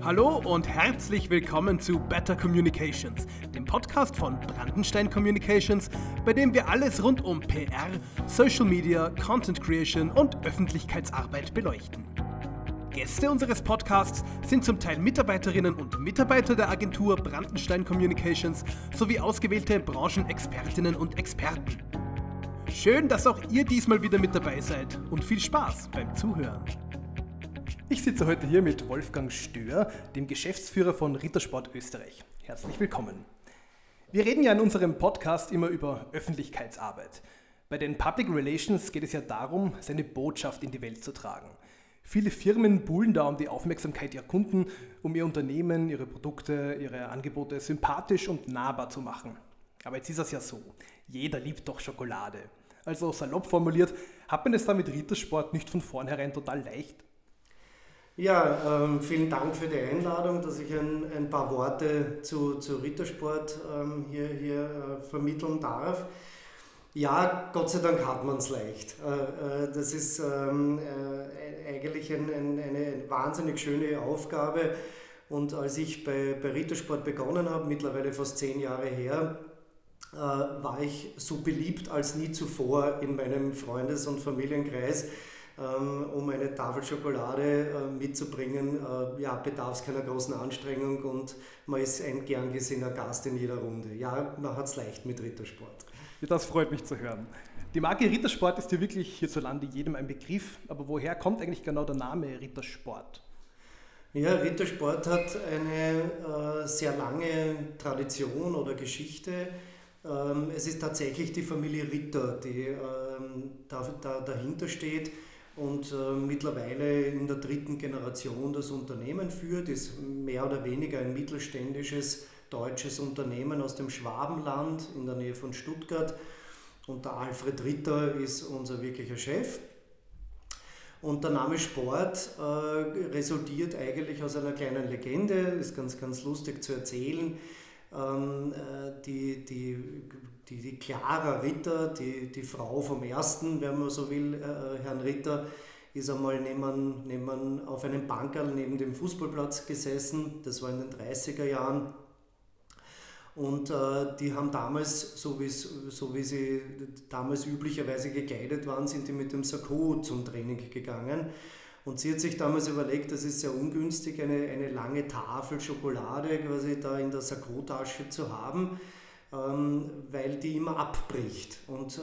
Hallo und herzlich willkommen zu Better Communications, dem Podcast von Brandenstein Communications, bei dem wir alles rund um PR, Social Media, Content Creation und Öffentlichkeitsarbeit beleuchten. Gäste unseres Podcasts sind zum Teil Mitarbeiterinnen und Mitarbeiter der Agentur Brandenstein Communications sowie ausgewählte Branchenexpertinnen und Experten. Schön, dass auch ihr diesmal wieder mit dabei seid und viel Spaß beim Zuhören. Ich sitze heute hier mit Wolfgang Stöhr, dem Geschäftsführer von Rittersport Österreich. Herzlich willkommen. Wir reden ja in unserem Podcast immer über Öffentlichkeitsarbeit. Bei den Public Relations geht es ja darum, seine Botschaft in die Welt zu tragen. Viele Firmen buhlen da um die Aufmerksamkeit ihrer Kunden, um ihr Unternehmen, ihre Produkte, ihre Angebote sympathisch und nahbar zu machen. Aber jetzt ist es ja so, jeder liebt doch Schokolade. Also salopp formuliert, hat man es da mit Rittersport nicht von vornherein total leicht? Ja, vielen Dank für die Einladung, dass ich ein paar Worte zu Rittersport hier vermitteln darf. Ja, Gott sei Dank hat man es leicht. Das ist eigentlich eine wahnsinnig schöne Aufgabe. Und als ich bei Rittersport begonnen habe, mittlerweile fast 10 Jahre her, war ich so beliebt als nie zuvor in meinem Freundes- und Familienkreis. Um eine Tafel Schokolade mitzubringen, bedarf es keiner großen Anstrengung und man ist ein gern gesehener Gast in jeder Runde. Ja, man hat es leicht mit Rittersport. Ja, das freut mich zu hören. Die Marke Rittersport ist ja wirklich hierzulande jedem ein Begriff, aber woher kommt eigentlich genau der Name Rittersport? Ja, Rittersport hat eine sehr lange Tradition oder Geschichte. Es ist tatsächlich die Familie Ritter, die dahinter steht und mittlerweile in der 3. Generation das Unternehmen führt, ist mehr oder weniger ein mittelständisches deutsches Unternehmen aus dem Schwabenland in der Nähe von Stuttgart und der Alfred Ritter ist unser wirklicher Chef. Und der Name Sport resultiert eigentlich aus einer kleinen Legende, ist ganz lustig zu erzählen. Die Clara Ritter, die Frau vom ersten, wenn man so will, Herrn Ritter, ist einmal auf einem Bankerl neben dem Fußballplatz gesessen, das war in den 30er Jahren. Und die haben damals, so wie sie damals üblicherweise gekleidet waren, sind die mit dem Sakko zum Training gegangen. Und sie hat sich damals überlegt, das ist sehr ungünstig, eine lange Tafel Schokolade quasi da in der Sakkotasche zu haben, weil die immer abbricht. Und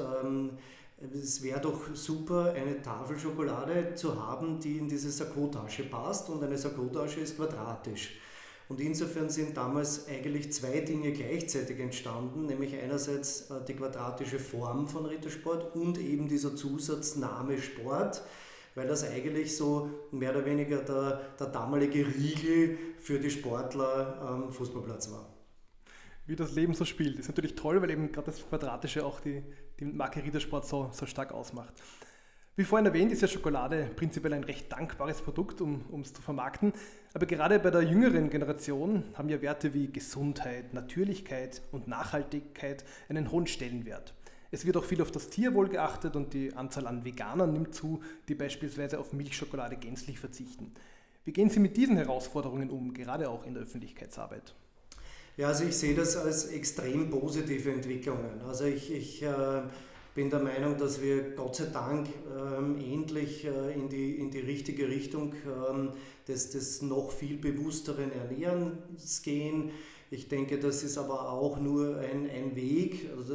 es wäre doch super, eine Tafel Schokolade zu haben, die in diese Sakkotasche passt. Und eine Sakkotasche ist quadratisch. Und insofern sind damals eigentlich 2 Dinge gleichzeitig entstanden, nämlich einerseits die quadratische Form von Rittersport und eben dieser Zusatzname Sport, weil das eigentlich so mehr oder weniger der damalige Riegel für die Sportler am Fußballplatz war. Wie das Leben so spielt. Das ist natürlich toll, weil eben gerade das Quadratische auch die Marke Rittersport so stark ausmacht. Wie vorhin erwähnt, ist ja Schokolade prinzipiell ein recht dankbares Produkt, um es zu vermarkten. Aber gerade bei der jüngeren Generation haben ja Werte wie Gesundheit, Natürlichkeit und Nachhaltigkeit einen hohen Stellenwert. Es wird auch viel auf das Tierwohl geachtet und die Anzahl an Veganern nimmt zu, die beispielsweise auf Milchschokolade gänzlich verzichten. Wie gehen Sie mit diesen Herausforderungen um, gerade auch in der Öffentlichkeitsarbeit? Ja, also ich sehe das als extrem positive Entwicklungen. Also ich bin der Meinung, dass wir Gott sei Dank endlich in die richtige Richtung des noch viel bewussteren Ernährens gehen. Ich denke, das ist aber auch nur ein Weg, also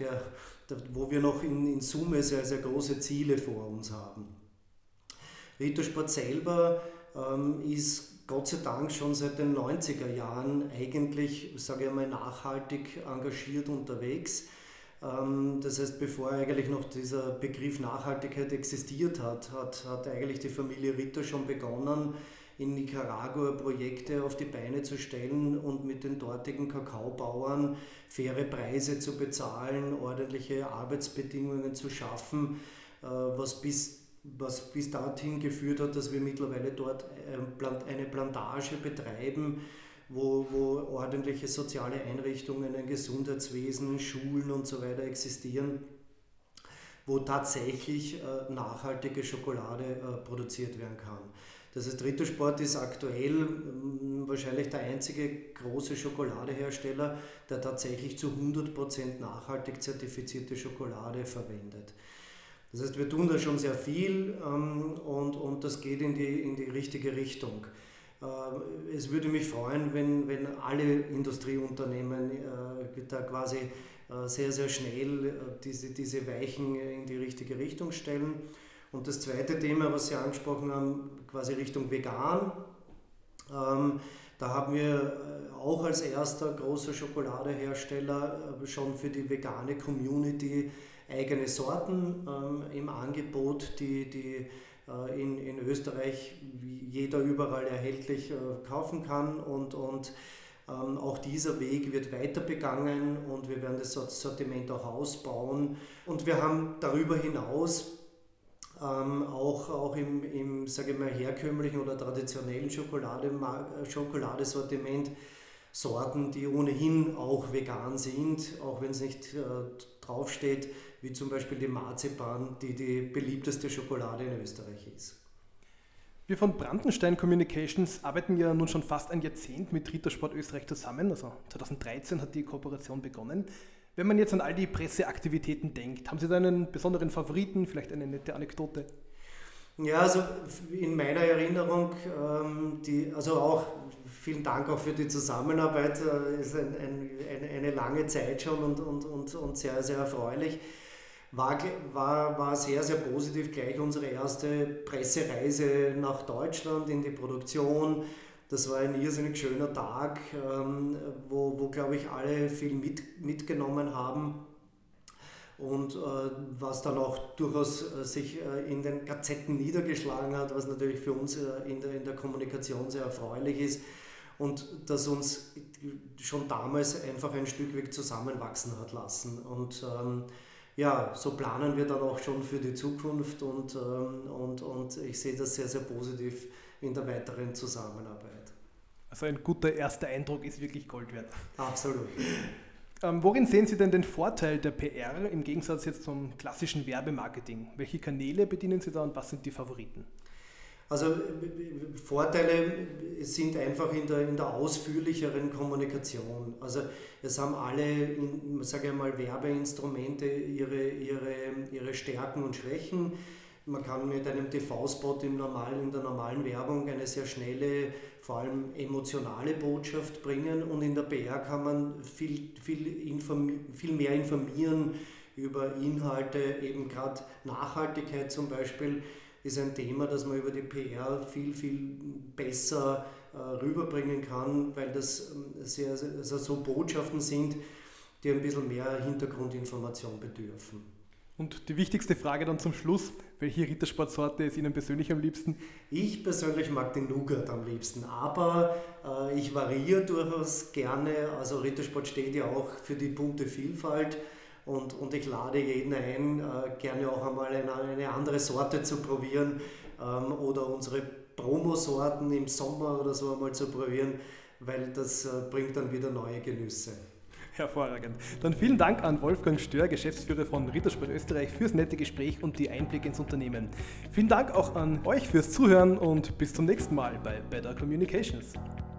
wo wir noch in Summe sehr, sehr große Ziele vor uns haben. Rittersport selber ist Gott sei Dank schon seit den 90er Jahren eigentlich, sage ich mal, nachhaltig engagiert unterwegs. Das heißt, bevor eigentlich noch dieser Begriff Nachhaltigkeit existiert hat eigentlich die Familie Ritter schon begonnen, in Nicaragua Projekte auf die Beine zu stellen und mit den dortigen Kakaobauern faire Preise zu bezahlen, ordentliche Arbeitsbedingungen zu schaffen, was bis dorthin geführt hat, dass wir mittlerweile dort eine Plantage betreiben, wo ordentliche soziale Einrichtungen, ein Gesundheitswesen, Schulen und so weiter existieren, wo tatsächlich nachhaltige Schokolade produziert werden kann. Das heißt, Rittersport ist aktuell wahrscheinlich der einzige große Schokoladehersteller, der tatsächlich zu 100% nachhaltig zertifizierte Schokolade verwendet. Das heißt, wir tun da schon sehr viel und das geht in die richtige Richtung. Es würde mich freuen, wenn alle Industrieunternehmen da quasi sehr, sehr schnell diese Weichen in die richtige Richtung stellen. Und das zweite Thema, was Sie angesprochen haben, quasi Richtung vegan. Da haben wir auch als erster großer Schokoladehersteller schon für die vegane Community eigene Sorten im Angebot, die in Österreich jeder überall erhältlich kaufen kann und auch dieser Weg wird weiter begangen und wir werden das Sortiment auch ausbauen und wir haben darüber hinaus auch im sage ich mal, herkömmlichen oder traditionellen Schokoladesortiment Sorten, die ohnehin auch vegan sind, auch wenn es nicht draufsteht, wie zum Beispiel die Marzipan, die beliebteste Schokolade in Österreich ist. Wir von Brandenstein Communications arbeiten ja nun schon fast ein Jahrzehnt mit Rittersport Österreich zusammen, also 2013 hat die Kooperation begonnen. Wenn man jetzt an all die Presseaktivitäten denkt, haben Sie da einen besonderen Favoriten, vielleicht eine nette Anekdote? Ja, also in meiner Erinnerung, also auch vielen Dank auch für die Zusammenarbeit, ist eine lange Zeit schon und sehr, sehr erfreulich. War sehr, sehr positiv gleich unsere erste Pressereise nach Deutschland in die Produktion. Das war ein irrsinnig schöner Tag, wo glaube ich, alle viel mitgenommen haben und was dann auch durchaus sich in den Gazetten niedergeschlagen hat, was natürlich für uns in der Kommunikation sehr erfreulich ist und das uns schon damals einfach ein Stück weit zusammenwachsen hat lassen. Und ja, so planen wir dann auch schon für die Zukunft und ich sehe das sehr, sehr positiv in der weiteren Zusammenarbeit. Also ein guter erster Eindruck ist wirklich Gold wert. Absolut. Worin sehen Sie denn den Vorteil der PR im Gegensatz jetzt zum klassischen Werbemarketing? Welche Kanäle bedienen Sie da und was sind die Favoriten? Also Vorteile sind einfach in der ausführlicheren Kommunikation. Also es haben alle, sage ich mal, Werbeinstrumente ihre Stärken und Schwächen. Man kann mit einem TV-Spot in der normalen Werbung eine sehr schnelle, vor allem emotionale Botschaft bringen und in der PR kann man viel mehr informieren über Inhalte, eben gerade Nachhaltigkeit zum Beispiel ist ein Thema, das man über die PR viel besser rüberbringen kann, weil das so Botschaften sind, die ein bisschen mehr Hintergrundinformation bedürfen. Und die wichtigste Frage dann zum Schluss, welche Rittersportsorte ist Ihnen persönlich am liebsten? Ich persönlich mag den Nougat am liebsten, aber ich variiere durchaus gerne. Also Rittersport steht ja auch für die bunte Vielfalt und ich lade jeden ein, gerne auch einmal eine andere Sorte zu probieren oder unsere Promosorten im Sommer oder so einmal zu probieren, weil das bringt dann wieder neue Genüsse. Hervorragend. Dann vielen Dank an Wolfgang Stör, Geschäftsführer von Rittersport Österreich, fürs nette Gespräch und die Einblicke ins Unternehmen. Vielen Dank auch an euch fürs Zuhören und bis zum nächsten Mal bei Better Communications.